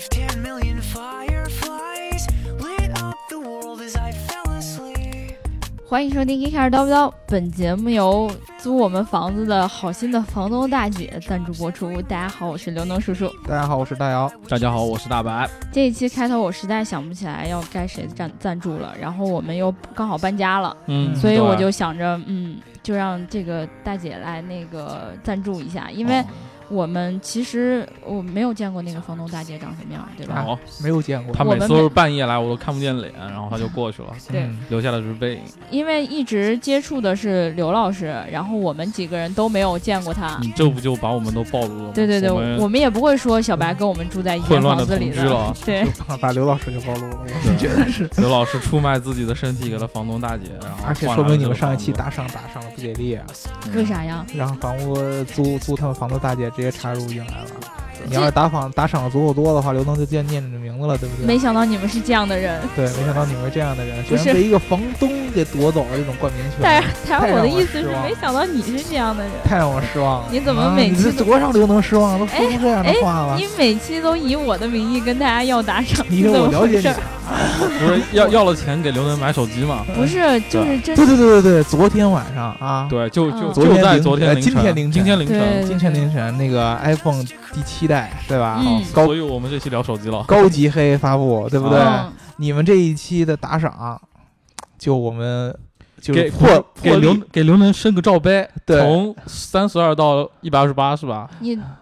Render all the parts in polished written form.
If 10 million fireflies lit up the world as I fell asleep。 欢迎收听《一开始叨不叨》，本节目由租我们房子的好心的房东大姐赞助播出。大家好，我是刘能叔叔。 大家好，我是大姚。 大家好，我是大白。 这一期开头我实在想不起来要该谁赞助了，然后我们又刚好搬家了，所以我就想着，就让这个大姐来那个赞助一下，因为我们其实我没有见过那个房东大姐长什么样，对吧？ 没有见过。 他每次都是半夜来，我都看不见脸，然后他就过去了， 对， 留下的是背影。 因为一直接触的是刘老师，然后我们几个人都没有见过他。 你这不就把我们都暴露了吗？ 对对对，我们也不会说小白跟我们住在一间房子里的。 混乱的同居了， 对， 把刘老师给暴露了，我觉得是刘老师出卖自己的身体给了房东大姐，然后而且说明你们上一期打赏的不给力啊！ 为啥呀？ 让房屋租他们房东大姐直接插入进来了。你要是打赏的足够多的话，刘能就念你的名字了，对不对？ 没想到你们是这样的人。 对，没想到你们是这样的人，居然被一个房东给夺走了这种冠名权。 但是我的意思是，没想到你是这样的人， 太让我失望了。 你怎么每期多让刘能失望，都说出这样的话了？ 你每期都以我的名义跟大家要打赏， 因为我了解你。 不是要了钱给刘能买手机吗？ 不是，就是真。 对，昨天晚上啊， 对，就在昨天今天凌晨那个 iPhone 第7代，对吧？ 所以我们这期聊手机了， 高级黑发布，对不对？你们这一期的打赏，就我们就给刘能升个罩杯， 对， 从32到128是吧？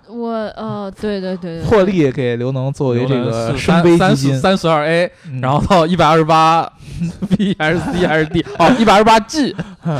对， 破例给刘能作为这个升杯基金 32A，然后到128B 还是 C 还是 D？ 128G，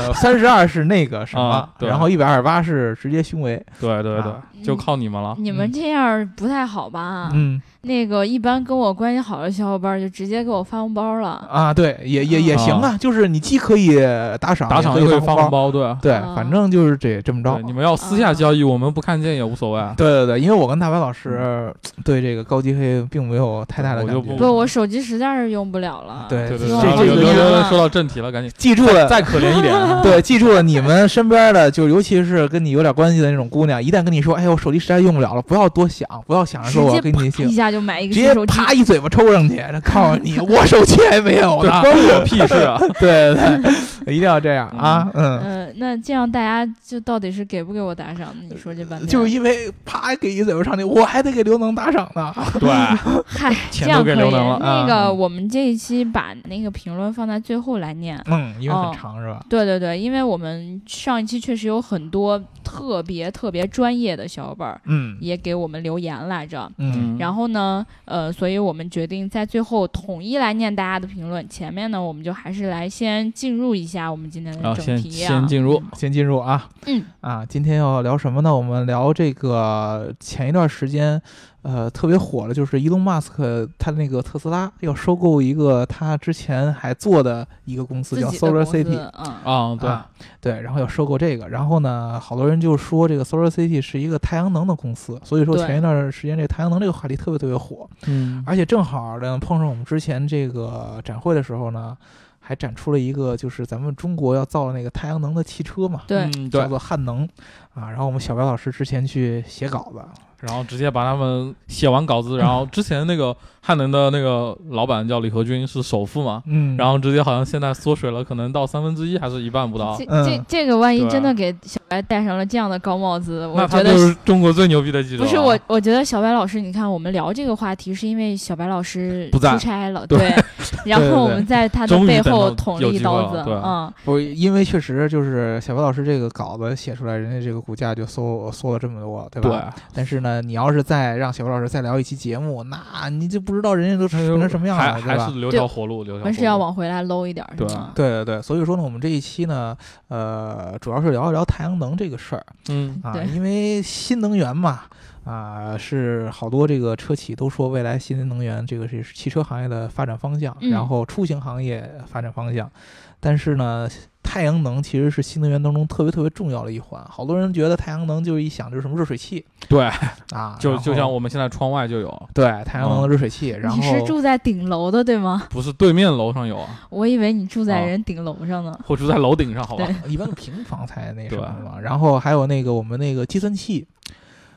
32是那个什么，然后128是直接胸围。 对，就靠你们了。 你们这样不太好吧？那个一般跟我关系好的小伙伴就直接给我发红包了啊。对，也行啊，就是你既可以打赏也可以发红包，对， 反正就是这么着。 你们要私下交易，我们不看见也无所谓。 对，因为我跟大白老师对这个高级黑并没有太大的感觉。 不，我手机实在是用不了了。 对， 刘说到正题了，赶紧记住了， 再可怜一点。 对，记住了，你们身边的，就尤其是跟你有点关系的那种姑娘，一旦跟你说，哎，我手机实在用不了了，不要多想，不要想着说我给你一下就买一个新手机，直接啪一嘴巴抽上去，告诉你我手机还没有呢， 关我屁事啊！ 对，一定要这样啊！ 那这样大家就到底是给不给我打赏呢？你说这半天， 就是因为啪给一嘴巴上去，我还得给刘能打赏呢。 对， 嗨，这样可以。那个我们这一期把那个评论放在最后来念， 因为很长是吧？ 对，因为我们上一期确实有很多特别专业的小伙伴，也给我们留言来着，然后呢，所以我们决定在最后统一来念大家的评论。前面呢，我们就还是来先进入一下我们今天的正题先进入啊，今天要聊什么呢？我们聊这个前一段时间。特别火的就是伊隆马斯克，他那个特斯拉要收购一个他之前还做的一个公司叫 Solar City 对，然后要收购这个，然后呢，好多人就说这个 Solar City 是一个太阳能的公司，所以说前一段时间这个太阳能这个话题特别火，而且正好呢碰上我们之前这个展会的时候呢。还展出了一个，就是咱们中国要造的那个太阳能的汽车嘛，叫做汉能啊。然后我们小白老师之前去写稿子， 然后直接把他们写完稿子，然后之前那个汉能的那个老板叫李和军，是首富嘛，然后直接好像现在缩水了，可能到1/3还是1半不到。 这个万一真的给小白戴上了这样的高帽子，我觉得他就是中国最牛逼的记者。 不是我觉得小白老师，你看我们聊这个话题是因为小白老师出差了，对，然后我们在他的背后捅了一刀子， 不，因为确实就是小白老师这个稿子写出来，人家这个股价就缩了这么多，对吧？对。但是呢，你要是再让小白老师再聊一期节目，那你就不知道人家都成什么样了， 还是留条活路， 我们是要往回来搂一点， 对。所以说呢，我们这一期呢，主要是聊一聊太阳能这个事儿，因为新能源嘛。是好多这个车企都说未来新能源这个是汽车行业的发展方向，然后出行行业发展方向，但是呢，太阳能其实是新能源当中特别重要的一环。好多人觉得太阳能就是一想就是什么热水器， 对就像我们现在窗外就有， 对，太阳能的热水器。然后你是住在顶楼的对吗？ 不是，对面楼上有啊。 我以为你住在人顶楼上呢。 或住在楼顶上，好吧？ 一般平房才那什么嘛。然后还有那个我们那个计算器。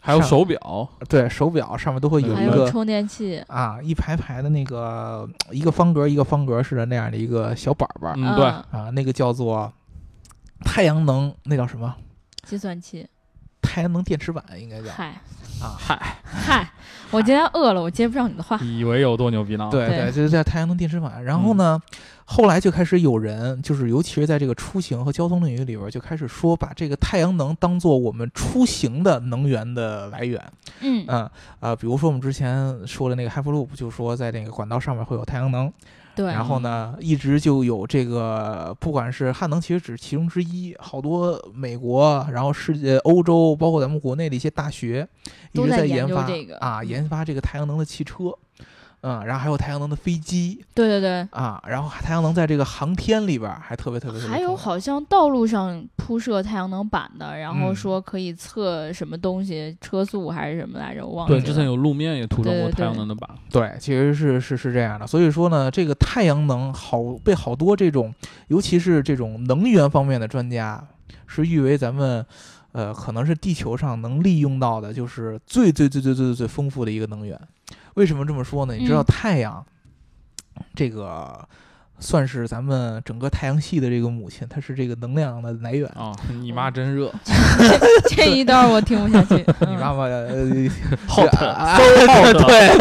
还有手表， 对，手表上面都会有一个充电器啊，一排排的那个一个方格一个方格似的那样的一个小板板， 对啊，那个叫做太阳能，那叫什么？ 计算器。 太阳能电池板应该叫。 嗨，我今天饿了，我接不上你的话。 以为有多牛逼呢？ 对，就是叫太阳能电池板。然后呢，后来就开始有人，就是尤其是在这个出行和交通领域里边，就开始说把这个太阳能当做我们出行的能源的来源。比如说我们之前说的那个 Hyperloop， 就说在那个管道上面会有太阳能。 对， 然后呢，一直就有这个，不管是汉能，其实只是其中之一，好多美国，然后世界、欧洲，包括咱们国内的一些大学，一直在研发研发这个太阳能的汽车。然后还有太阳能的飞机， 对然后太阳能在这个航天里边还特别还有好像道路上铺设太阳能板的，然后说可以测什么东西，车速还是什么来着，我忘了。 对，之前有路面也涂装过太阳能的板。 对，其实是这样的。所以说呢，这个太阳能被好多这种，尤其是这种能源方面的专家，是誉为咱们可能是地球上能利用到的，就是最丰富的一个能源。为什么这么说呢？你知道太阳，这个算是咱们整个太阳系的这个母亲，它是这个能量的来源啊。你妈真热， 这一段我听不下去。 你妈妈好疼， 对，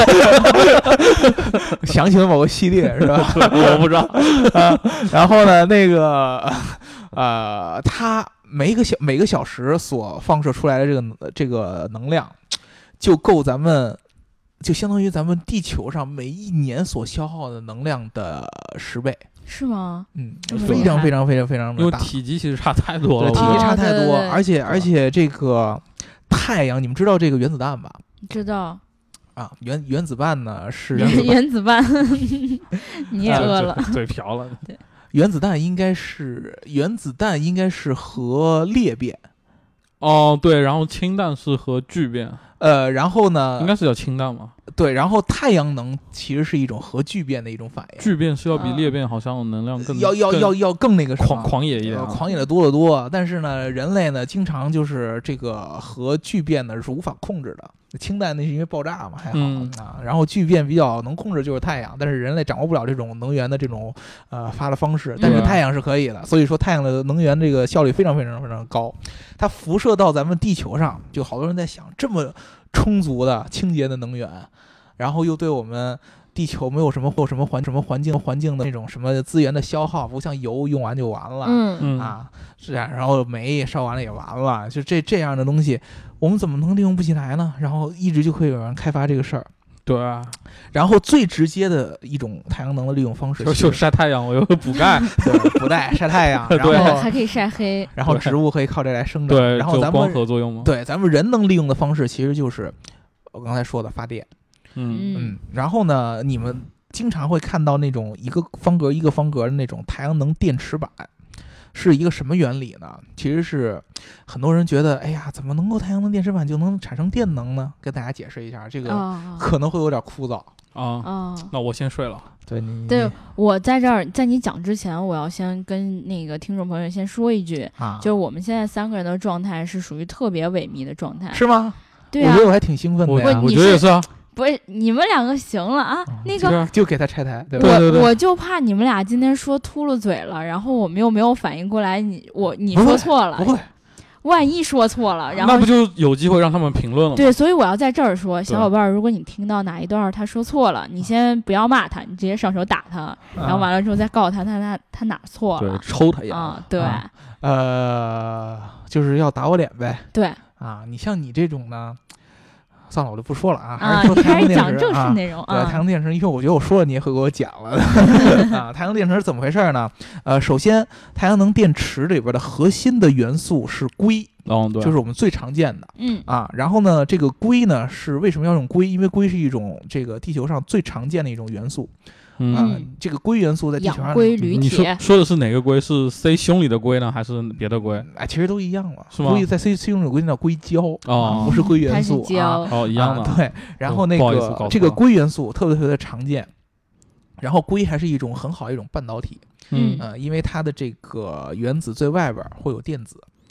想起了某个系列是吧？ 我不知道。 然后呢，那个它每个小时所放射出来的这个能量，就够咱们。就相当于咱们地球上每一年所消耗的能量的10倍， 是吗？ 非常的大， 因为体积其实差太多了， 体积差太多，而且这个太阳，你们知道这个原子弹吧？ 知道啊，原子弹呢是原子弹，你也饿了， 嘴瓢了。 对， 原子弹应该是核裂变。 哦，对，然后氢弹是核聚变。 然后呢？ 应该是叫氢弹嘛。 对，然后太阳能其实是一种核聚变的一种反应。 聚变是要比裂变好像能量更要更那个狂野一点， 狂野的多得多。但是呢，人类呢经常就是这个核聚变呢是无法控制的。氢弹那是因为爆炸嘛，还好然后聚变比较能控制就是太阳，但是人类掌握不了这种能源的这种发的方式，但是太阳是可以的。所以说太阳的能源这个效率非常高，它辐射到咱们地球上，就好多人在想，这么充足的清洁的能源，然后又对我们地球没有什么环境的那种什么资源的消耗，不像油用完就完了，是啊，然后煤烧完了也完了，就这样的东西，我们怎么能利用不起来呢？然后一直就会有人开发这个事儿。 对啊， 然后最直接的一种太阳能的利用方式就晒太阳，我又补钙， 补钙晒太阳，然后还可以晒黑， 然后植物可以靠这来生长。 对， 然后咱们光合作用吗？ 对，咱们人能利用的方式其实就是我刚才说的发电。然后呢，你们经常会看到那种一个方格的那种太阳能电池板，是一个什么原理呢？其实是很多人觉得，哎呀，怎么能够太阳能电池板就能产生电能呢？跟大家解释一下，这个可能会有点枯燥那我先睡了。 对，我在这儿，在你讲之前，我要先跟那个听众朋友先说一句，就是我们现在3个人的状态是属于特别萎靡的状态， 是吗？ 对啊， 我觉得我还挺兴奋的呀。 我觉得也是啊。 不是你们2个行了啊，那个就给他拆台，对吧？ 我就怕你们俩今天说秃噜嘴了，然后我们又没有反应过来，你说错了， 不会， 万一说错了，然后那不就有机会让他们评论了吗？ 对，所以我要在这儿说，小伙伴，如果你听到哪一段他说错了，你先不要骂他，你直接上手打他，然后完了之后再告诉他哪错了， 对，抽他一下对， 就是要打我脸呗， 对啊，你像你这种呢。算了，我就不说了啊， 还是说太阳电池讲正式内容对，太阳电池，因为我觉得我说了你也会给我讲了太阳电池怎么回事呢？首先，太阳能电池里边的核心的元素是硅， 对， 就是我们最常见的，然后呢，这个硅呢是为什么要用硅？因为硅是一种这个地球上最常见的一种元素。这个硅元素在地球上， 氧硅铝铁。 你说的是哪个硅？是 C 胸里的硅呢，还是别的硅？ 其实都一样了， 是吗？ 硅在 C 胸里的硅叫硅胶不是硅元素一样的。 对，然后那个这个硅元素特别的常见，然后硅还是一种很好的一种半导体，因为它的这个原子最外边会有电子。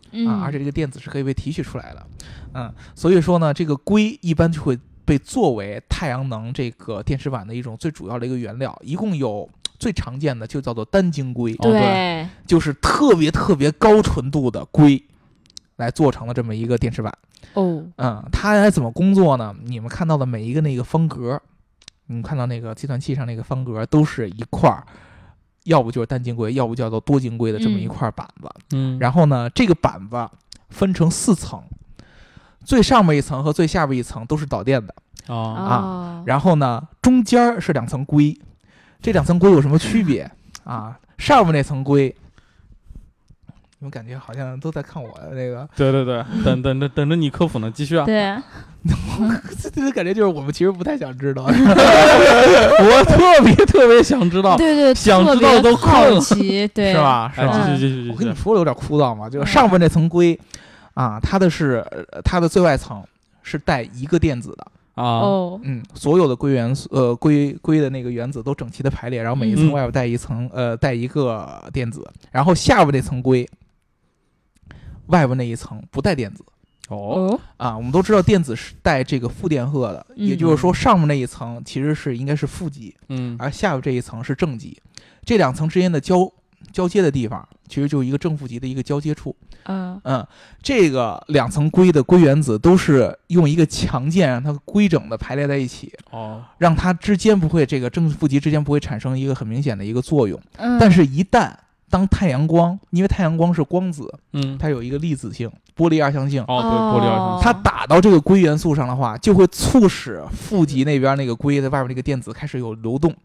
而且这个电子是可以被提取出来的，所以说呢，这个硅一般就会被作为太阳能这个电池板的一种最主要的一个原料，一共有最常见的就叫做单晶硅， 对， 就是特别特别高纯度的硅来做成了这么一个电池板。它来怎么工作呢？你们看到的每一个那个方格，你们看到那个计算器上那个方格都是一块，要不就是单晶硅，要不叫做多晶硅的这么一块板子。然后呢，这个板子分成4层，最上面一层和最下边一层都是导电的然后呢，中间是2层硅。这2层硅有什么区别上面那层硅，你们感觉好像都在看我的那个。 对，等着你科普呢，继续啊。 对， 这感觉就是我们其实不太想知道。我特别想知道， 对， 想知道都困了， 对， 是吧？ 继续。 我跟你说了有点枯燥嘛，就是上面那层硅它的最外层是带一个电子的。所有的硅元素，硅的那个原子都整齐的排列，然后每一层外边带一层，带一个电子，然后下边那层硅，外边那一层不带电子。我们都知道电子是带这个负电荷的，也就是说上面那一层其实应该是负极，而下边这一层是正极，这2层之间的交接的地方，其实就是一个正负极的一个交接处。这个2层硅的硅原子都是用一个强键让它规整的排列在一起，让它之间不会这个正负极之间不会产生一个很明显的一个作用。但是一旦当太阳光，因为太阳光是光子，它有一个粒子性，波粒二象性， 对，波粒二象性， 它打到这个硅元素上的话，就会促使负极那边那个硅的外边那个电子开始有流动。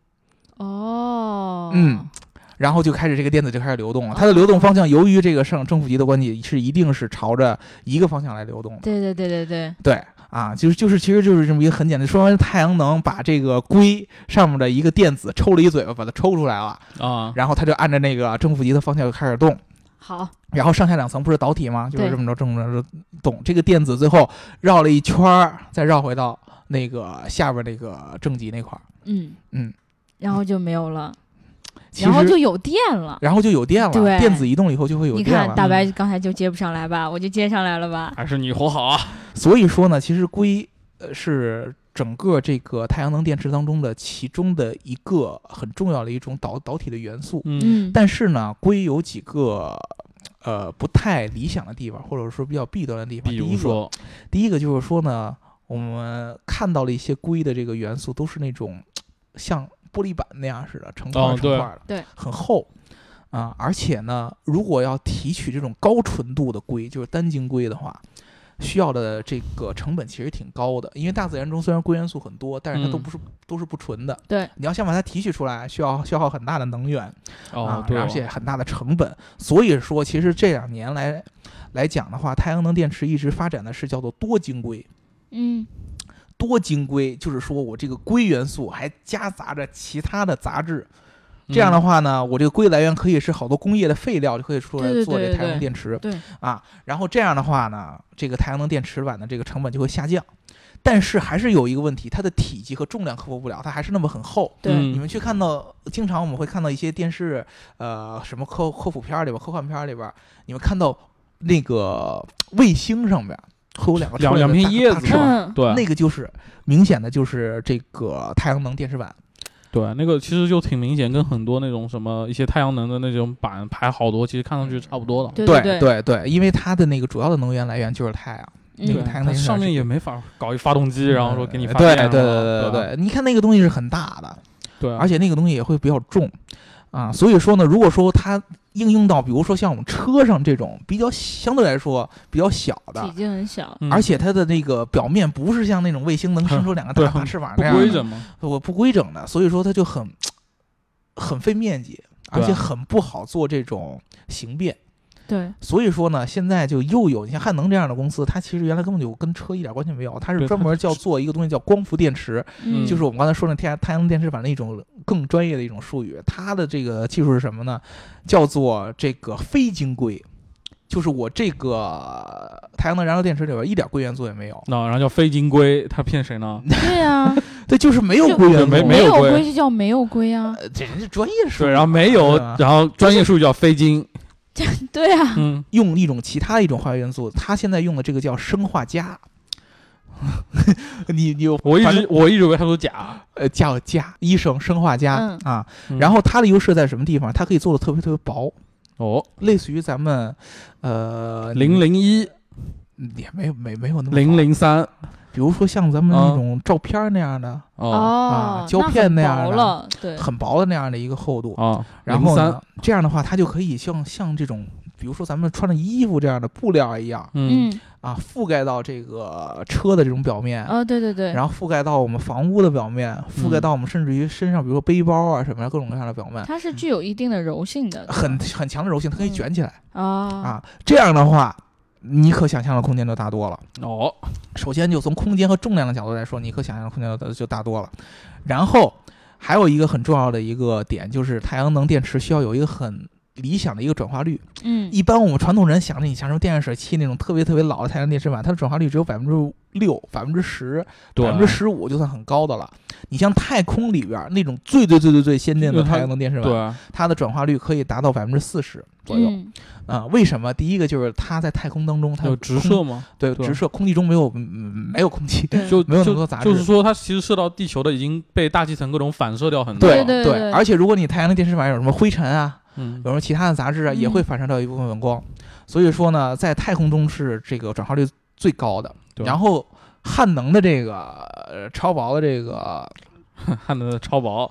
然后就开始这个电子就开始流动了，它的流动方向由于这个正负极的关系是一定是朝着一个方向来流动的。对就是其实就是这么一个很简单，说完太阳能把这个硅上面的一个电子抽了一嘴巴把它抽出来了然后它就按照那个正负极的方向就开始动。 好， 然后上下2层不是导体吗？就是这么着动，这个电子最后绕了一圈再绕回到那个下边那个正极那块然后就没有了。然后就有电了， 对，电子移动以后就会有电了。 你看大白刚才就接不上来吧，我就接上来了吧？ 还是你活好啊！ 所以说呢，其实硅是整个这个太阳能电池当中的其中的一个很重要的一种导体的元素。但是呢，硅有几个不太理想的地方，或者说比较弊端的地方。 比如说， 第一个就是说呢，我们看到了一些硅的这个元素都是那种像玻璃板那样似的，成块的， 对， 很厚而且呢，如果要提取这种高纯度的硅，就是单晶硅的话，需要的这个成本其实挺高的。因为大自然中虽然硅元素很多，但是它都是不纯的。 对， 你要想把它提取出来，需要消耗很大的能源对， 而且很大的成本。所以说，其实这2年来讲的话，太阳能电池一直发展的是叫做多晶硅。多晶硅就是说我这个硅元素还夹杂着其他的杂质，这样的话呢，我这个硅来源可以是好多工业的废料，就可以出来做这太阳能电池。然后这样的话呢，这个太阳能电池板的这个成本就会下降。但是还是有一个问题，它的体积和重量克服不了，它还是那么很厚。你们去看到，经常我们会看到一些电视，什么科普片里边、科幻片里边，你们看到那个卫星上边会有两片叶子嘛，对， 那个就是明显的就是这个太阳能电池板。 对，那个其实就挺明显，跟很多那种什么一些太阳能的那种板排好多，其实看上去差不多的。 对，因为它的那个主要的能源来源就是太阳。太阳能上面也没法搞一发动机，然后说给你发电。 对，你看那个东西是很大的， 对， 而且那个东西也会比较重所以说呢，如果说它应用到比如说像我们车上这种比较相对来说比较小的， 体积很小， 而且它的那个表面不是像那种卫星能伸出2个大翅膀那样不规整吗？ 不规整的，所以说它就很费面积，而且很不好做这种形变。 对， 所以说呢，现在就又有你像汉能这样的公司，它其实原来根本就跟车一点关系没有，它是专门做一个东西叫光伏电池，就是我们刚才说的太阳能电池板的一种更专业的一种术语。它的这个技术是什么呢？叫做这个非晶硅，就是我这个太阳能燃料电池里边一点硅元素也没有。 然后叫非晶硅，它骗谁呢？ 对呀， 对，就是没有硅元素， 没有硅就叫没有硅啊。 这人是专业术语。 对，然后没有，然后专业术语叫非晶。 对啊， 用一种其他的一种化学元素，它现在用的这个叫砷化镓。我一直以为它说钾， 叫镓，医生砷化镓啊。然后它的优势在什么地方？它可以做的特别特别薄类似于咱们 001， 也没有那么 003。 比如说像咱们那种照片那样的胶片那样的， 对， 很薄的那样的一个厚度然后呢，这样的话它就可以像这种，比如说咱们穿的衣服这样的布料一样，覆盖到这个车的这种表面对， 然后覆盖到我们房屋的表面，覆盖到我们甚至于身上，比如说背包啊什么的各种各样的表面， 它是具有一定的柔性的， 很强的柔性，它可以卷起来这样的话。你可想象的空间就大多了首先就从空间和重量的角度来说，你可想象的空间就大多了。然后还有一个很重要的一个点，就是太阳能电池需要有一个很理想的一个转化率。一般我们传统人想着，你像什么电热水器那种特别特别老的太阳电池板，它的转化率只有6%、10%、15%就算很高的了。你像太空里边那种最先进的太阳能电池板，它的转化率可以达到40%左右。为什么？第一个就是它在太空当中，它有直射吗？ 对，直射，空气中没有空气，没有那么多杂质。 就是说，它其实射到地球的已经被大气层各种反射掉很多。 对，而且如果你太阳能电池板有什么灰尘啊，有什么其他的杂质啊，也会反射掉一部分反光。所以说呢，在太空中是这个转化率最高的。然后汉能的这个超薄的这个。 汉能的超薄，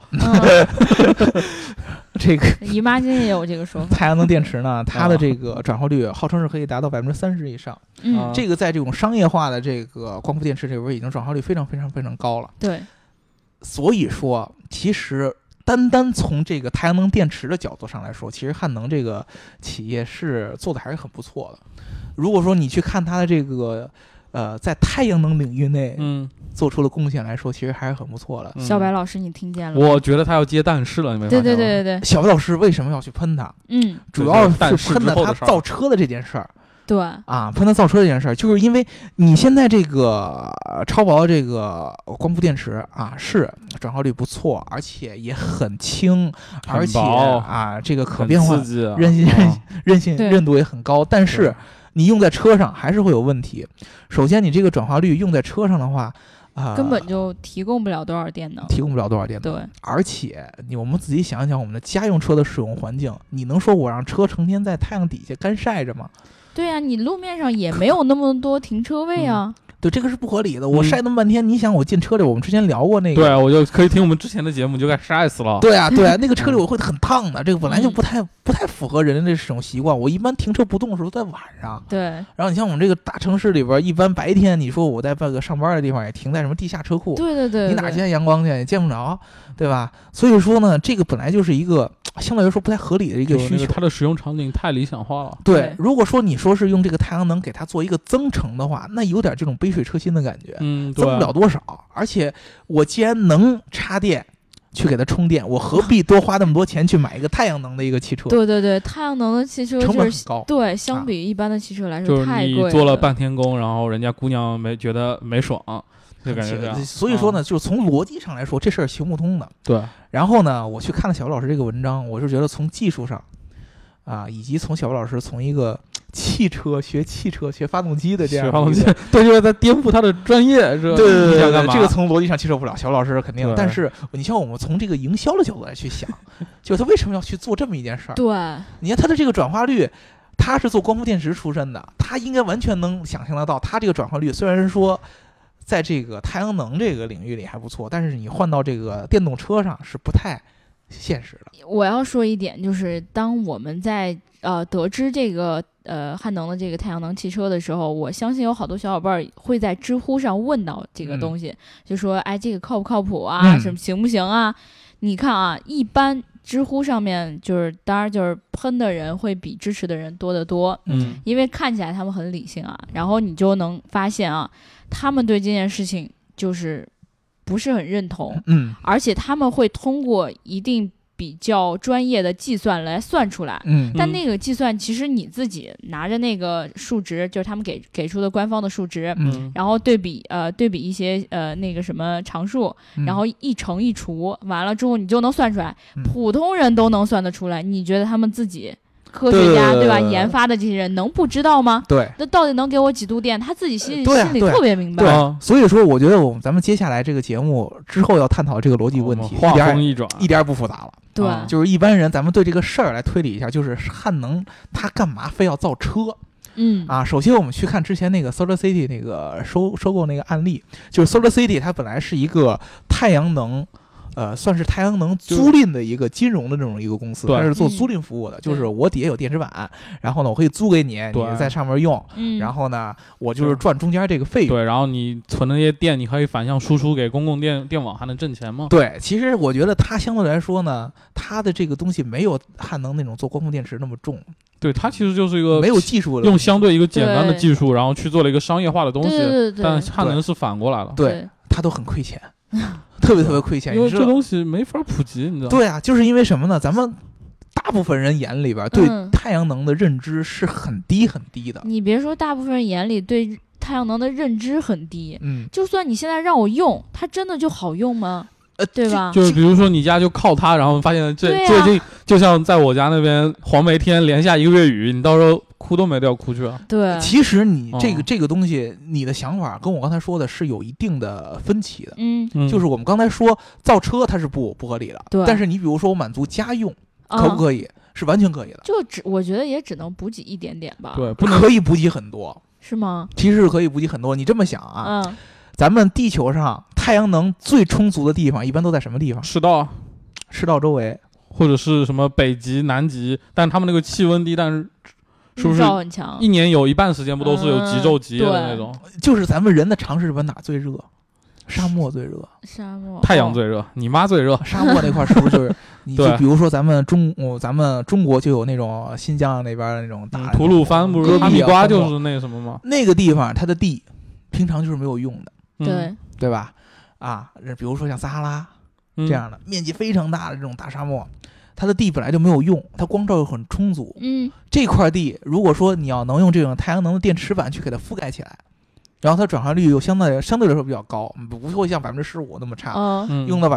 这个姨妈巾也有这个说法。 太阳能电池呢，它的这个转化率号称是可以达到30%以上。这个在这种商业化的这个光伏电池这边已经转化率非常非常非常高了。 对， 所以说其实单从这个太阳能电池的角度上来说，其实汉能这个企业是做的还是很不错的。如果说你去看它的这个在太阳能领域内做出了贡献来说，其实还是很不错的。 小白老师，你听见了？ 我觉得他要接但是了，你没发现吗？ 对。 小白老师为什么要去喷他？主要是喷的他造车的这件事儿。 对喷他造车这件事儿，就是因为你现在这个超薄这个光伏电池是转化率不错，而且也很轻，而且这个可变化、韧度也很高，但是你用在车上还是会有问题。首先，你这个转化率用在车上的话， 根本就提供不了多少电能， 对，而且我们仔细想想，我们的家用车的使用环境，你能说我让车成天在太阳底下干晒着吗？ 对啊，你路面上也没有那么多停车位啊。 对，这个是不合理的。我晒那么半天，你想我进车里，我们之前聊过那个， 对，我就可以听我们之前的节目，就该晒死了。 对啊，那个车里我会很烫的，这个本来就不太符合人的这种习惯。我一般停车不动的时候都在晚上。 对。 然后你像我们这个大城市里边，一般白天你说我在那个上班的地方也停在什么地下车库， 对， 你哪见阳光去？也见不着，对吧？所以说呢，这个本来就是一个相对来说不太合理的一个需求。 它的使用场景太理想化了。 对，如果说你说是用这个太阳能给它做一个增程的话，那有点这种杯水车薪的感觉。增不了多少。而且我既然能插电去给它充电，我何必多花那么多钱去买一个太阳能的一个汽车？ 对，太阳能的汽车成本很高。 对，相比一般的汽车来说太贵了。 就是你做了半天工，然后人家姑娘觉得没爽，就感觉这样。 所以说呢，就是从逻辑上来说，这事儿行不通的。 对。 然后呢，我去看了小白老师这个文章，我是觉得从技术上以及从小白老师从一个学发动机的这样对，就是在颠覆他的专业，是吧？ 对，这个从逻辑上接受不了，小老师肯定。但是你像我们从这个营销的角度来去想，就是他为什么要去做这么一件事儿？ 对， 你看他的这个转化率，他是做光伏电池出身的，他应该完全能想象得到，他这个转化率虽然说在这个太阳能这个领域里还不错，但是你换到这个电动车上是不太现实的。 我要说一点，就是当我们在得知这个汉能的这个太阳能汽车的时候，我相信有好多小伙伴会在知乎上问到这个东西，就说这个靠不靠谱啊，什么行不行啊？你看一般知乎上面当然就是喷的人会比支持的人多得多，因为看起来他们很理性然后你就能发现他们对这件事情就是不是很认同，而且他们会通过一定比较专业的计算来算出来，但那个计算其实你自己拿着那个数值，就是他们给出的官方的数值，然后对比一些那个什么常数，然后一乘一除，完了之后你就能算出来，普通人都能算得出来。你觉得他们自己科学家对吧？研发的这些人能不知道吗？ 对， 那到底能给我几度电？他自己心里特别明白。 对，所以说我觉得咱们接下来这个节目之后要探讨这个逻辑问题， 话锋一转， 一点也不复杂了。 对， 就是一般人咱们对这个事儿来推理一下，就是汉能他干嘛非要造车？首先我们去看之前那个 Solar City 那个收购那个案例，就是 Solar City 它本来是一个太阳能。算是太阳能租赁的一个金融的这种一个公司，它是做租赁服务的，就是我底下有电池板，然后呢我可以租给你，你在上面用，然后呢我就是赚中间这个费用。 对，然后你存的那些电，你可以反向输出给公共电网，还能挣钱吗？ 对，其实我觉得它相对来说呢，它的这个东西没有汉能那种做光伏电池那么重。 对，它其实就是一个没有技术的， 用相对一个简单的技术，然后去做了一个商业化的东西。 对， 但汉能是反过来了， 对，它都很亏钱。特别亏钱， 因为这东西没法普及，你知道吗？ 对啊，就是因为什么呢？咱们大部分人眼里边对太阳能的认知是很低很低的。 你别说大部分人眼里对太阳能的认知很低，就算你现在让我用，它真的就好用吗？对吧？ 就是比如说你家就靠它，然后发现最近就像在我家那边黄梅天连下1个月雨，你到时候哭都没地儿哭去了。 对， 其实你这个东西，你的想法跟我刚才说的是有一定的分歧的。就是我们刚才说造车它是不合理的， 对。 但是你比如说我满足家用，可不可以？是完全可以的。 我觉得也只能补给一点点吧。 对， 不可以补给很多。 是吗？ 其实是可以补给很多。你这么想啊？咱们地球上太阳能最充足的地方，一般都在什么地方？ 赤道周围， 或者是什么北极、南极，但他们那个气温低，但是是不是很强？ 一年有一半时间不都是有极昼极夜的那种？ 就是咱们人的常识里边哪最热？沙漠最热， 太阳最热，你妈最热。 沙漠那块是不是就是你就比如说咱们中国就有那种新疆那边的那种大吐鲁番，不是哈密瓜就是那什么吗？ 那个地方它的地平常就是没有用的， 对吧？比如说像撒哈拉这样的面积非常大的这种大沙漠，它的地本来就没有用，它光照又很充足。这块地如果说你要能用这种太阳能的电池板去给它覆盖起来，然后它转化率又相对来说比较高，不会像15%那么差，用到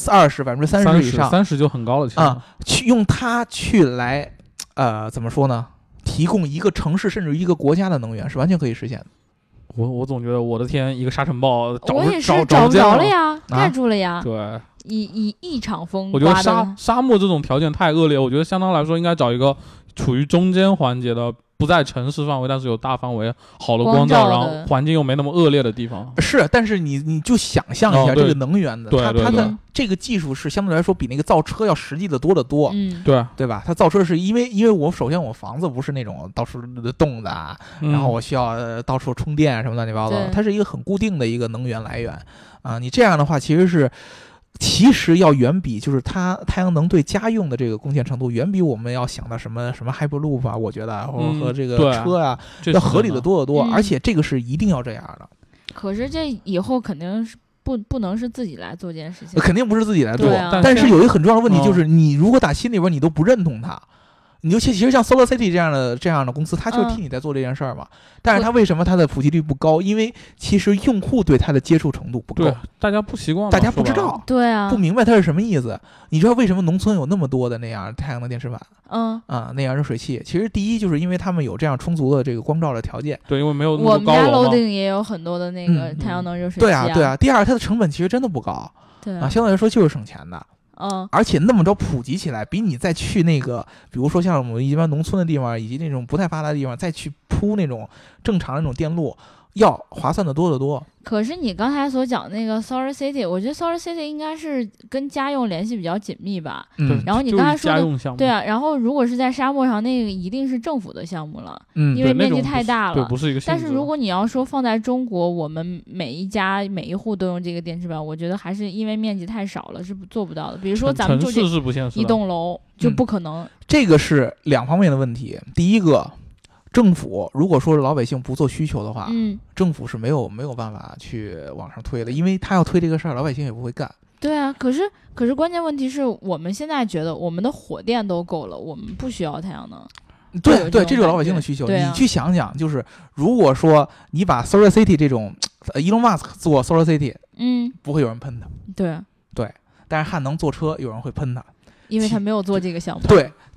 20%、30%以上 ，30%就很高了。其实去用它去来怎么说呢？提供一个城市甚至一个国家的能源是完全可以实现的。 我总觉得我的天，一个沙尘暴我也是找不着了呀，盖住了呀。 对， 一场风。 我觉得沙漠这种条件太恶劣，我觉得相当来说应该找一个处于中间环节的，不在城市范围，但是有大范围好的光照，然后环境又没那么恶劣的地方。 是，但是你就想象一下这个能源的，它的这个技术是相对来说比那个造车要实际的多得多。对吧？它造车是因为我首先我房子不是那种到处动的，然后我需要到处充电什么乱七八糟的，它是一个很固定的一个能源来源啊。你这样的话其实要远比就是它太阳能对家用的这个贡献程度，远比我们要想到什么 Hyperloop 啊，我觉得和这个车啊要合理的多得多，而且这个是一定要这样的。 可是这以后肯定是不能是自己来做这件事情， 肯定不是自己来做。但是有一个很重要的问题就是，你如果打心里边你都不认同它。你就其实像 Solar City 这样的公司，它就替你在做这件事儿嘛。但是它为什么它的普及率不高？因为其实用户对它的接触程度不够， 大家不习惯， 大家不知道， 对啊， 不明白它是什么意思。你知道为什么农村有那么多的那样太阳能电池板？那样热水器，其实第一就是因为他们有这样充足的这个光照的条件。 对，因为没有那么高楼嘛。 我们家楼顶也有很多的那个太阳能热水器。 对啊。第二，它的成本其实真的不高，相对来说就是省钱的。而且那么着普及起来，比你再去那个，比如说像我们一般农村的地方，以及那种不太发达的地方，再去铺那种正常的那种电路，要划算的多得多。 可是你刚才所讲那个 Solar City， 我觉得 Solar City 应该是跟家用联系比较紧密吧。然后你刚才说的，对啊，然后如果是在沙漠上，那个一定是政府的项目了，因为面积太大了。 对，不是一个性质。 但是如果你要说放在中国，我们每一家每一户都用这个电池板，我觉得还是因为面积太少了，是做不到的。比如说咱们就一栋楼就不可能。 这个是两方面的问题。第一个。政府如果说老百姓不做需求的话，政府是没有办法去往上推的，因为他要推这个事儿，老百姓也不会干。 对啊，可是关键问题是我们现在觉得我们的火电都够了，我们不需要太阳能。 对，这就是老百姓的需求。你去想想，就是如果说你把 Solar City 这种，Elon Musk 做 Solar City，不会有人喷他。 对， 但是汉能做车，有人会喷他， 因为他没有做这个项目。 对。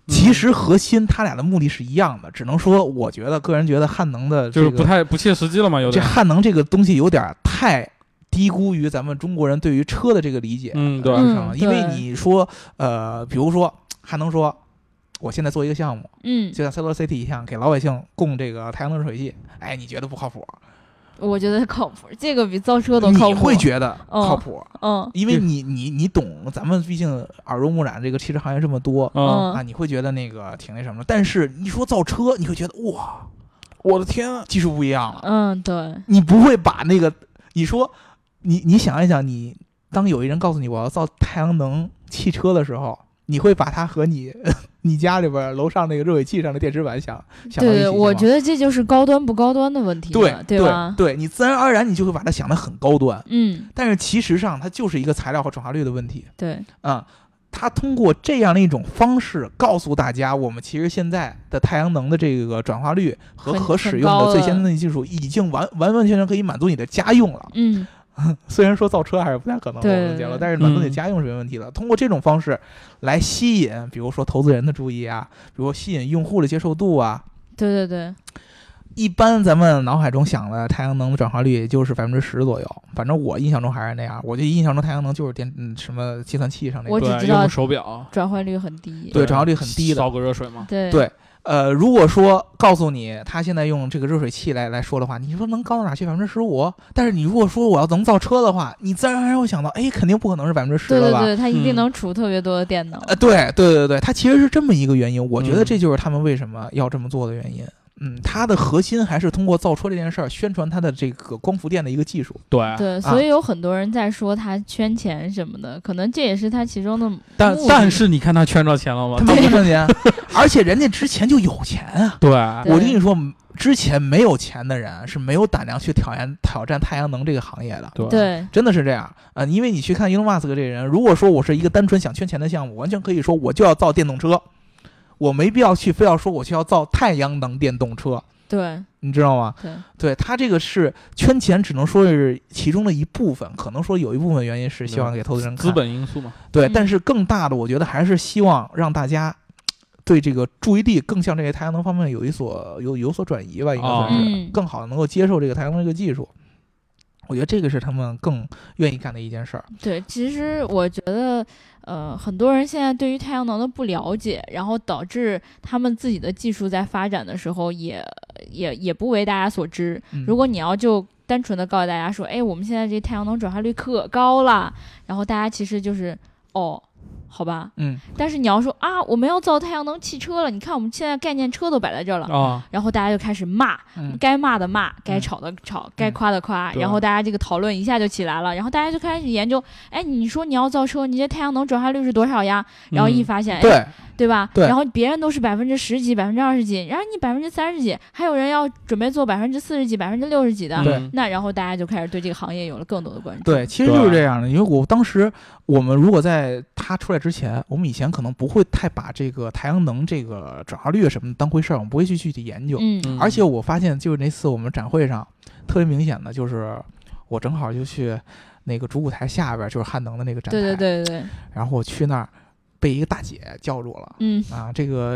其实核心它俩的目的是一样的，只能说我个人觉得汉能的就是不切实际了嘛，有点。 这汉能这个东西有点太低估于咱们中国人对于车的这个理解。 对， 因为你说比如说汉能说我现在做一个项目，就像 Solar City 一样，给老百姓供这个太阳能热水器，哎，你觉得不靠谱？ 我觉得靠谱，这个比造车都靠谱。 你会觉得靠谱，因为你懂，咱们毕竟耳濡目染这个汽车行业这么多，你会觉得那个挺那什么的。但是你说造车，你会觉得哇，我的天啊，技术不一样了。 对， 你不会把那个，你说你想一想，你当有一人告诉你我要造太阳能汽车的时候，你会把它和你家里边楼上那个热水器上的电池板想对，我觉得这就是高端不高端的问题了，对吧？ 对，你自然而然你就会把它想得很高端，但是其实上它就是一个材料和转化率的问题， 对， 它通过这样的一种方式告诉大家，我们其实现在的太阳能的这个转化率和可使用的最先进的技术已经完全可以满足你的家用了，虽然说造车还是不太可能，但是满足你的家用是没问题的。通过这种方式来吸引，比如说投资人的注意啊，比如说吸引用户的接受度啊。 对。 一般咱们脑海中想的太阳能的转化率也就是10%左右，反正我印象中还是那样。我就印象中太阳能就是什么计算器上那个， 我只知道手表转化率很低， 对，转化率很低的， 烧个热水嘛。 对。 如果说告诉你他现在用这个热水器来说的话，你说能高到哪去？15%？但是你如果说我要能造车的话，你自然而然会想到，哎，肯定不可能是10%了吧？ 对，它一定能储特别多的电能。 对，它其实是这么一个原因。我觉得这就是他们为什么要这么做的原因。它的核心还是通过造车这件事儿宣传它的这个光伏电的一个技术。 对，所以有很多人在说他圈钱什么的，可能这也是他其中的目的。 但是你看他圈着钱了吗？ 他没圈钱，而且人家之前就有钱啊。 对， 我跟你说，之前没有钱的人是没有胆量去挑战太阳能这个行业的。 对， 真的是这样啊。因为你去看伊隆马斯克这个人，如果说我是一个单纯想圈钱的项目，完全可以说我就要造电动车。我没必要非要说我去要造太阳能电动车， 对， 你知道吗？对，他这个是圈钱，只能说是其中的一部分，可能说有一部分原因是希望给投资人看资本因素嘛。 对，但是更大的，我觉得还是希望让大家对这个注意力更向这个太阳能方面有所转移吧，应该算是更好的能够接受这个太阳能这个技术。我觉得这个是他们更愿意干的一件事儿。 对，其实我觉得，很多人现在对于太阳能的不了解，然后导致他们自己的技术在发展的时候也不为大家所知。如果你要就单纯的告诉大家说，哎，我们现在这太阳能转化率可高了，然后大家其实就是好吧，但是你要说啊，我们要造太阳能汽车了，你看我们现在概念车都摆在这儿了，然后大家就开始骂，该骂的骂，该吵的吵，该夸的夸，然后大家这个讨论一下就起来了，然后大家就开始研究，哎，你说你要造车，你这太阳能转化率是多少呀？然后一发现，对吧？然后别人都是10%几、20%几，然后你30%几，还有人要准备做40%几、60%几的，那然后大家就开始对这个行业有了更多的关注。 对，其实就是这样的，因为当时我们如果在它出来之前，我们以前可能不会太把这个太阳能这个转化率什么的当回事儿，我们不会去具体研究。而且我发现就是那次我们展会上特别明显的就是我正好就去那个主舞台下边就是汉能的那个展台， 对， 然后我去那儿被一个大姐叫住了，这个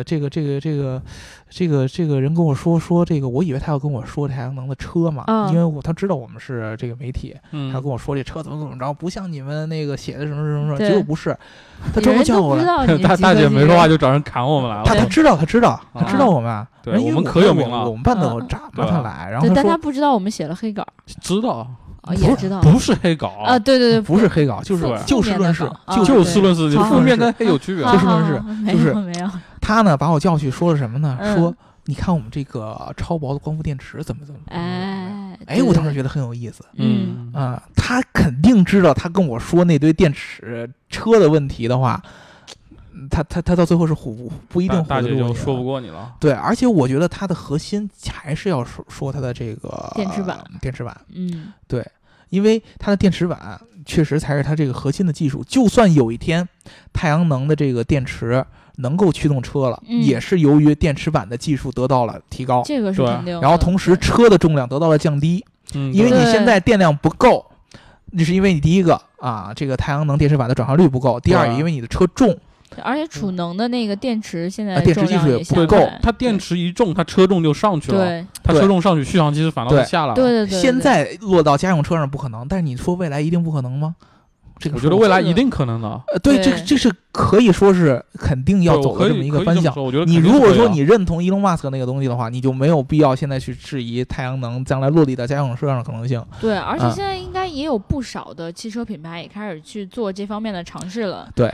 人跟我说这个，我以为他要跟我说太阳能的车嘛，因为他知道我们是这个媒体，他跟我说这车怎么着，不像你们那个写的什么，结果不是，他专门叫我来， 大姐没说话就找人砍我们来了， 他知道我们， 对，我们可有名了， 我们办的展嘛，他来，然后但他不知道我们写了黑稿， 知道。 也知道不是黑稿啊，对， 不是黑稿，就是就事论事， 就事论事，负面跟黑有区别。 就事论事，就是没有。 他呢把我叫去说了什么呢？说你看我们这个超薄的光伏电池怎么，哎，我当时觉得很有意思。他肯定知道，他跟我说那堆电池车的问题的话，他到最后是不一定唬得住你， 大姐就说不过你了。 对，而且我觉得它的核心还是要说它的这个电池板。 对。因为它的电池板确实才是它这个核心的技术，就算有一天太阳能的这个电池能够驱动车了，也是由于电池板的技术得到了提高， 这个是肯定的。 然后同时车的重量得到了降低，因为你现在电量不够，那是因为你第一个这个太阳能电池板的转化率不够，第二也因为你的车重， 而且储能的那个电池现在电池技术也不够， 它电池一重，它车重就上去了。 对， 它车重上去，续航其实反倒是下来了。 对， 现在落到家用车上不可能，但是你说未来一定不可能吗？这个我觉得未来一定可能的。 对，这是可以说是肯定要走的这么一个方向。 我觉得你如果说你认同伊隆马斯克那个东西的话，你就没有必要现在去质疑太阳能将来落地到家用车上的可能性。 对，而且现在应该也有不少的汽车品牌也开始去做这方面的尝试了。 对，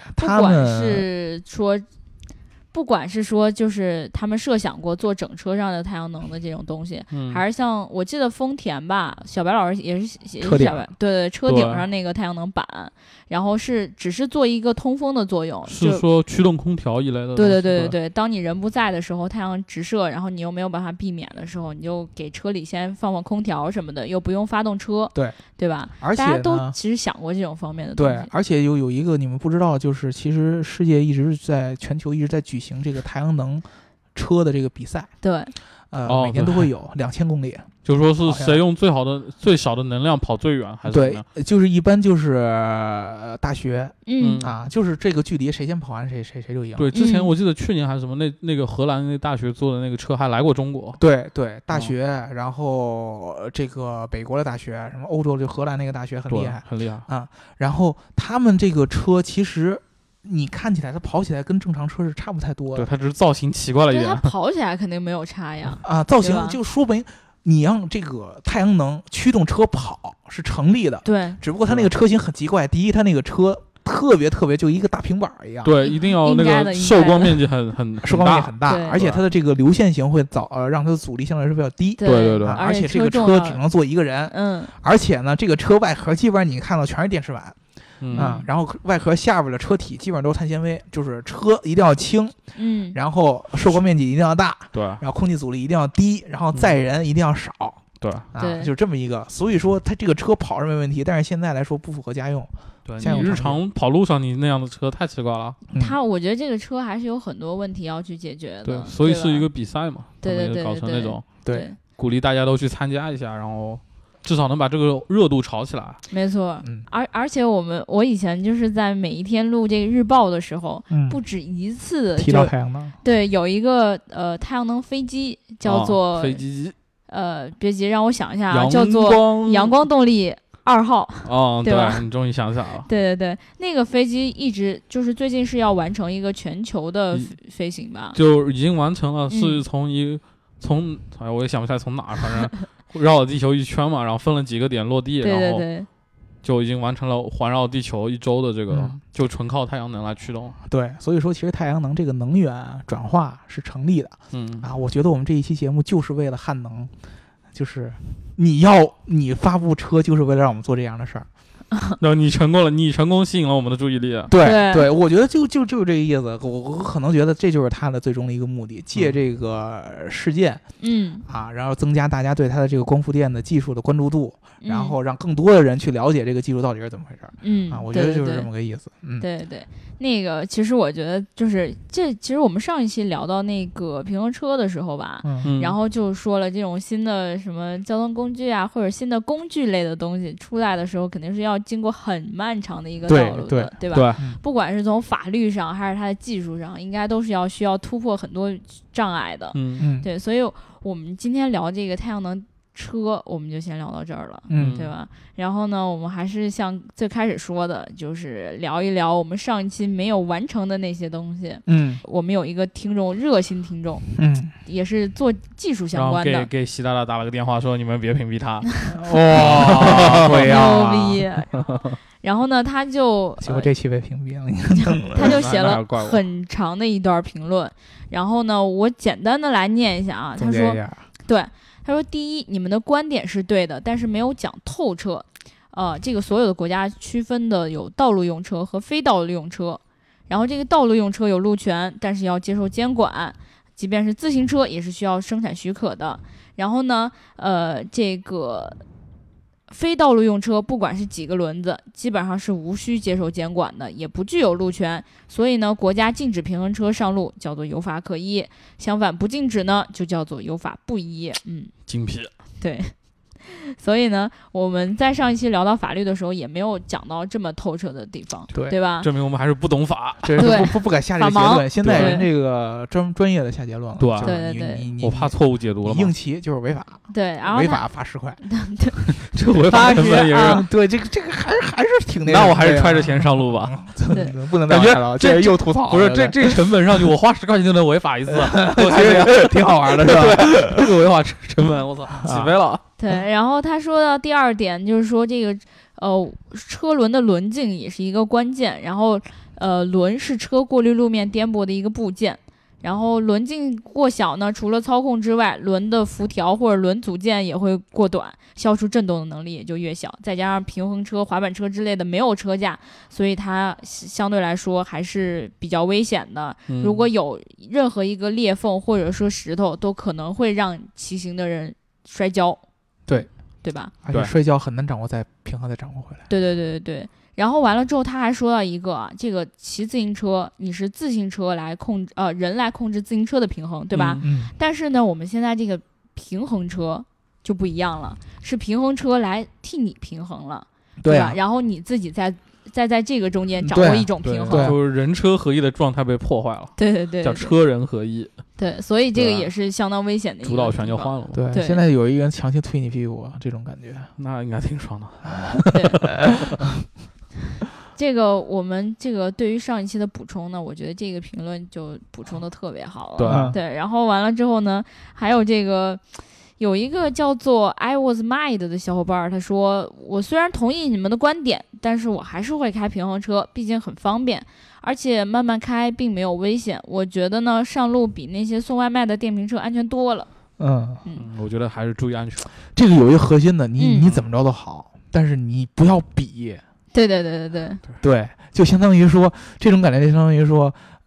不管是说就是他们设想过做整车上的太阳能的这种东西，还是像我记得丰田吧，小白老师也是车顶， 对，车顶上那个太阳能板，然后只是做一个通风的作用， 是说驱动空调一类的。 对，当你人不在的时候，太阳直射，然后你又没有办法避免的时候，你就给车里先放空调什么的，又不用发动车，对吧？ 而且大家都其实想过这种方面的东西。 对，而且有一个你们不知道，就是其实世界全球一直在举行这个太阳能车的这个比赛。 对， 每年都会有2000公里。 就是说是谁用最少的能量跑最远，还是怎么样？ 对，就是一般就是大学，就是这个距离谁先跑完谁就赢。 对，之前我记得去年还是什么那个荷兰那大学做的那个车还来过中国。 对，大学，然后这个北国的大学，什么欧洲就荷兰那个大学很厉害， 很厉害啊。然后他们这个车其实你看起来它跑起来跟正常车是差不太多的。 对，它只是造型奇怪了一点。 它跑起来肯定没有差呀。 造型就说明你让这个太阳能驱动车跑是成立的。 对， 只不过它那个车型很奇怪。第一，它那个车特别就一个大平板一样。 对，一定要那个受光面积受光面积很大，而且它的这个流线型会让它的阻力相对来说比较低。 对， 而且这个车只能坐一个人。而且呢，这个车外壳基本上你看到全是电池板。然后外壳下边的车体基本上都是碳纤维，就是车一定要轻，然后受光面积一定要大， 对， 然后空气阻力一定要低，然后载人一定要少， 对， 就是这么一个。所以说它这个车跑是没问题，但是现在来说不符合家用。 对，你日常跑路上你那样的车太奇怪了。 我觉得这个车还是有很多问题要去解决的。 对，所以是一个比赛嘛， 对， 搞成那种对， 鼓励大家都去参加一下，然后至少能把这个热度炒起来。 没错，而且我以前就是在每一天录这个日报的时候，不止一次提到太阳能。 对，有一个太阳能飞机叫做飞机， 别急，让我想一下啊，叫做阳光动力2号。对吧？ 你终于想起来了。 对，那个飞机一直就是最近是要完成一个全球的飞行吧？ 就已经完成了，是从我也想不起来从哪，反正。绕了地球一圈嘛，然后分了几个点落地，然后就已经完成了环绕地球1周的这个，就纯靠太阳能来驱动。 对，所以说其实太阳能这个能源转化是成立的。我觉得我们这一期节目就是为了汉能，就是你发布车就是为了让我们做这样的事儿。 那你成功了，你成功吸引了我们的注意力。 对，我觉得就是这个意思。我可能觉得这就是他的最终的一个目的，借这个事件，然后增加大家对他的这个光伏电的技术的关注度，然后让更多的人去了解这个技术到底是怎么回事。我觉得就是这么个意思。 对，那个其实我觉得就是其实我们上一期聊到那个平衡车的时候吧，然后就说了这种新的什么交通工具啊，或者新的工具类的东西出来的时候，肯定是要经过很漫长的一个道路的，对吧？ 对， 不管是从法律上还是它的技术上，应该都是需要突破很多障碍的。对，所以我们今天聊这个太阳能车，我们就先聊到这儿了，对吧？然后呢，我们还是像最开始说的，就是聊一聊我们上一期没有完成的那些东西。我们有一个热心听众，也是做技术相关的， 然后给习大大打了个电话说：“你们别屏蔽他。” 哇， 牛逼！然后呢，他就结果这期被屏蔽了， 他就写了很长的一段评论。然后呢，我简单的来念一下啊，他说：“对。”他说：“第一，你们的观点是对的，但是没有讲透彻。这个所有的国家区分的有道路用车和非道路用车，然后这个道路用车有路权，但是要接受监管，即便是自行车也是需要生产许可的。然后呢，这个非道路用车不管是几个轮子，基本上是无需接受监管的，也不具有路权。所以呢，国家禁止平衡车上路，叫做有法可依；相反，不禁止呢，就叫做有法不依。” 精辟。 对。 所以呢，我们在上一期聊到法律的时候，也没有讲到这么透彻的地方，对吧？ 证明我们还是不懂法， 这是不敢下这个结论。现在人这个专业的下结论了， 对， 我怕错误解读了。 硬骑就是违法， 对，然后违法罚10块， 这违法成分也是对，这个还是挺那我还是揣着钱上路吧， 不能感觉这又吐槽， 不是这成本上去，我花10块钱就能违法一次， 我觉得挺好玩的，是吧？ 这个违法成本，我操，起飞了。 对，然后他说到第2点，就是说这个车轮的轮径也是一个关键，然后轮是车过滤路面颠簸的一个部件，然后轮径过小呢，除了操控之外，轮的辐条或者轮组件也会过短，消除震动的能力也就越小，再加上平衡车、滑板车之类的没有车架，所以它相对来说还是比较危险的。如果有任何一个裂缝或者说石头，都可能会让骑行的人摔跤，对吧？ 而且摔跤很难掌握，再平衡再掌握回来。 对。然后完了之后，他还说到一个这个骑自行车，你是自行车来控制人来控制自行车的平衡，对吧？但是呢，我们现在这个平衡车就不一样了，是平衡车来替你平衡了，对吧？然后你自己在这个中间掌握一种平衡， 就是人车合一的状态被破坏了。 对， 叫车人合一。 对，所以这个也是相当危险的一个主导权就换了。 对，现在有一个人强行推你屁股，这种感觉， 那应该挺爽的。 对。这个我们这个对于上一期的补充呢，我觉得这个评论就补充的特别好了。对，然后完了之后呢，还有这个有一个叫做 I was mad 的小伙伴，他说我虽然同意你们的观点，但是我还是会开平衡车，毕竟很方便，而且慢慢开并没有危险。我觉得呢，上路比那些送外卖的电瓶车安全多了。 我觉得还是注意安全。 这个有一个核心的，你怎么着都好，但是你不要比。对，就相当于说这种感觉，就相当于说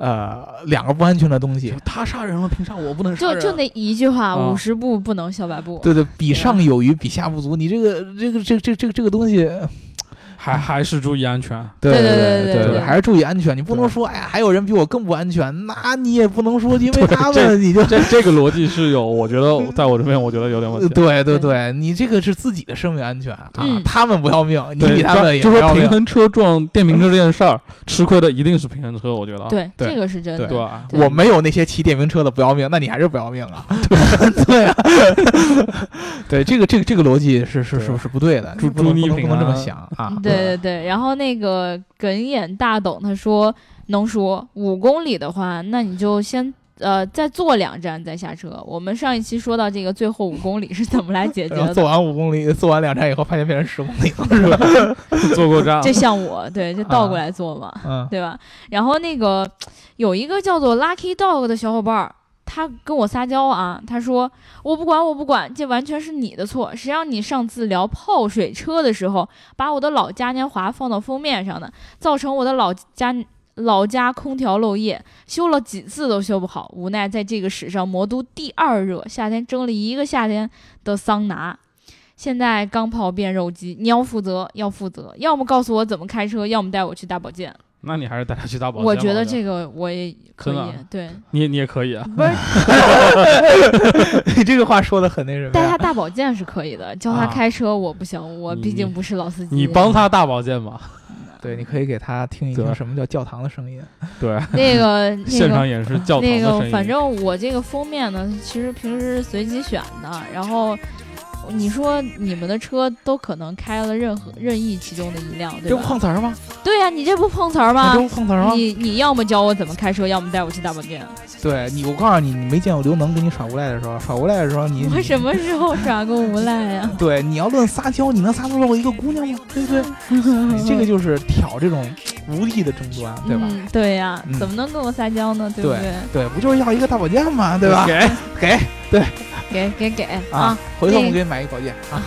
2个不安全的东西， 他杀人了，凭啥我不能杀人？ 就那一句话，50步不能笑百步。 对，比上有余，比下不足。你这个东西。 还是注意安全， 对，还是注意安全。你不能说，哎呀，还有人比我更不安全，那你也不能说，因为他们你就这个逻辑是有，我觉得在我这边，我觉得有点问题。 对，你这个是自己的生命安全啊，他们不要命，你比他们也不要命。就说平衡车撞电瓶车这件事儿，吃亏的一定是平衡车，我觉得。 对，这个是真的。 对， 我没有那些骑电瓶车的不要命，那你还是不要命啊。对啊，对，这个逻辑是不对的， 祝你不能这么想啊。 对，然后那个耿眼大董他说，能说5公里的话，那你就先再坐2站再下车。我们上一期说到这个最后5公里是怎么来解决的？ 做完5公里，做完2站以后，发现变成10公里了，是吧？ 坐过站， 这像我，对，就倒过来做嘛，对吧？然后那个有一个叫做 Lucky Dog 的小伙伴，他跟我撒娇啊，他说我不管，这完全是你的错，谁让你上次聊泡水车的时候把我的老嘉年华放到封面上的，造成我的老家空调漏液，修了几次都修不好，无奈在这个史上魔都第2热，夏天蒸了1个夏天的桑拿，现在钢炮变肉鸡，你要负责，要么告诉我怎么开车，要么带我去大保健。 那你还是带他去大保健。 我觉得这个我也可以，对， 你也可以啊。 不是， 你这个话说的很那什么。 带他大保健是可以的，教他开车我不行，我毕竟不是老司机。 你帮他大保健吧。 对，你可以给他听一听什么叫教堂的声音。 对， 那个现场演示教堂的声音。 反正我这个封面呢，其实平时是随机选的，然后。你说你们的车都可能开了任意其中的一辆，对吧？ 这不碰瓷儿吗？ 对呀，你这不碰瓷儿吗？ 这不碰瓷儿吗？ 你要么教我怎么开车，要么带我去大保健。 对你，我告诉你，你没见过刘能跟你耍无赖的时候，我什么时候耍过无赖呀？ 对，你要论撒娇，你能撒得过一个姑娘吗？对不对？你这个就是挑这种无力的争端，对吧？ 对呀，怎么能跟我撒娇呢？对不对？ 对，不就是要一个大保健吗？对吧？给，对。 给啊！回头我们给你买一保健啊。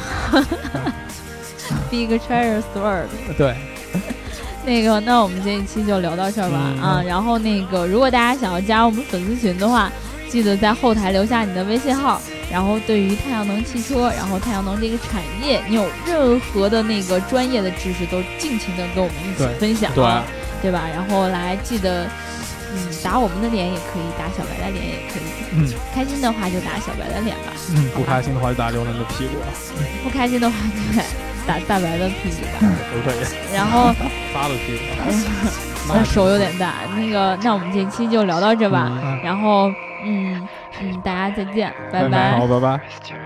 Big Treasure Store。 对。 那个，那我们这一期就聊到这儿吧啊。然后那个，如果大家想要加入我们粉丝群的话，记得在后台留下你的微信号。然后对于太阳能汽车，然后太阳能这个产业，你有任何的那个专业的知识，都尽情的跟我们一起分享，对吧？然后来记得。 打我们的脸也可以，打小白的脸也可以。开心的话就打小白的脸吧。 不开心的话就打刘能的屁股。 不开心的话对，打大白的屁股吧。 都可以。 然后仨的屁股。 我手有点大。那我们这期就聊到这吧。然后大家再见，拜拜。 好，拜拜。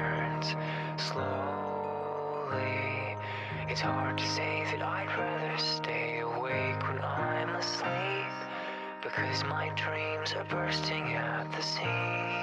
It's hard to say that I'd rather stay awake when I'm asleep, because my dreams are bursting at the seams.